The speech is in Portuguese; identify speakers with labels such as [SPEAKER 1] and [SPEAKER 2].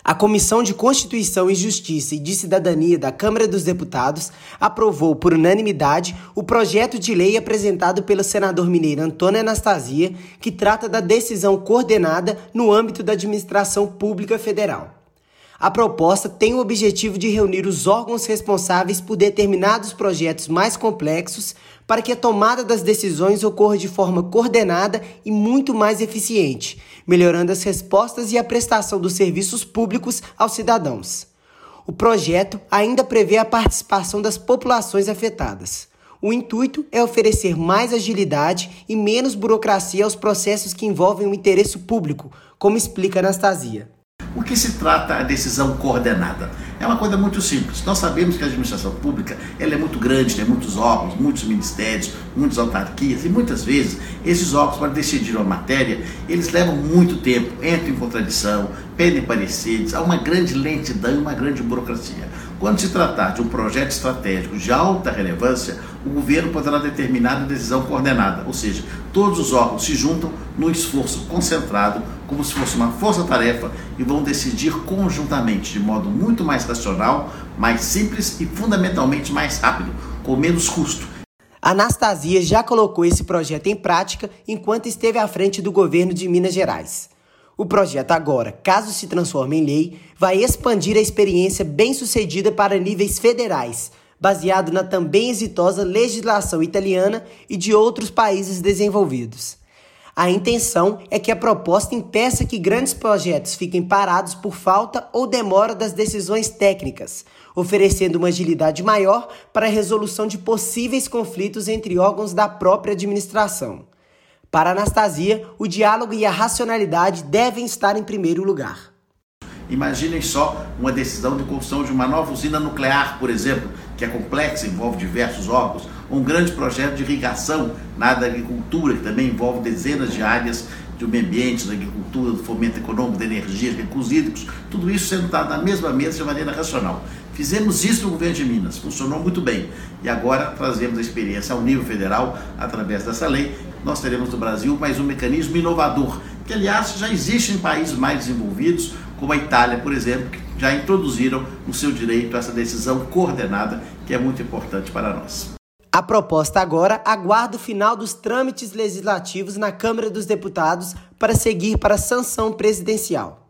[SPEAKER 1] A Comissão de Constituição e Justiça e de Cidadania da Câmara dos Deputados aprovou por unanimidade o projeto de lei apresentado pelo senador mineiro Antônio Anastasia, que trata da decisão coordenada no âmbito da administração pública federal. A proposta tem o objetivo de reunir os órgãos responsáveis por determinados projetos mais complexos para que a tomada das decisões ocorra de forma coordenada e muito mais eficiente, melhorando as respostas e a prestação dos serviços públicos aos cidadãos. O projeto ainda prevê a participação das populações afetadas. O intuito é oferecer mais agilidade e menos burocracia aos processos que envolvem o interesse público, como explica Anastasia.
[SPEAKER 2] O que se trata a decisão coordenada? É uma coisa muito simples. Nós sabemos que a administração pública ela é muito grande, tem muitos órgãos, muitos ministérios, muitas autarquias e muitas vezes esses órgãos para decidir uma matéria, eles levam muito tempo, entram em contradição, pedem pareceres, há uma grande lentidão e uma grande burocracia. Quando se tratar de um projeto estratégico de alta relevância, o governo poderá determinar a decisão coordenada, ou seja, todos os órgãos se juntam num esforço concentrado, como se fosse uma força-tarefa, e vão decidir conjuntamente, de modo muito mais racional, mais simples e fundamentalmente mais rápido, com menos custo.
[SPEAKER 1] Anastasia já colocou esse projeto em prática enquanto esteve à frente do governo de Minas Gerais. O projeto agora, caso se transforme em lei, vai expandir a experiência bem-sucedida para níveis federais, baseado na também exitosa legislação italiana e de outros países desenvolvidos. A intenção é que a proposta impeça que grandes projetos fiquem parados por falta ou demora das decisões técnicas, oferecendo uma agilidade maior para a resolução de possíveis conflitos entre órgãos da própria administração. Para Anastasia, o diálogo e a racionalidade devem estar em primeiro lugar.
[SPEAKER 2] Imaginem só uma decisão de construção de uma nova usina nuclear, por exemplo, que é complexa, envolve diversos órgãos, ou um grande projeto de irrigação na área da agricultura, que também envolve dezenas de áreas do meio ambiente, da agricultura, do fomento econômico, da energia, recursos hídricos, tudo isso sentado na mesma mesa de maneira racional. Fizemos isso no governo de Minas, funcionou muito bem. E agora trazemos a experiência ao nível federal, através dessa lei. Nós teremos no Brasil mais um mecanismo inovador, que aliás já existe em países mais desenvolvidos, como a Itália, por exemplo, que já introduziram no seu direito essa decisão coordenada, que é muito importante para nós.
[SPEAKER 1] A proposta agora aguarda o final dos trâmites legislativos na Câmara dos Deputados para seguir para a sanção presidencial.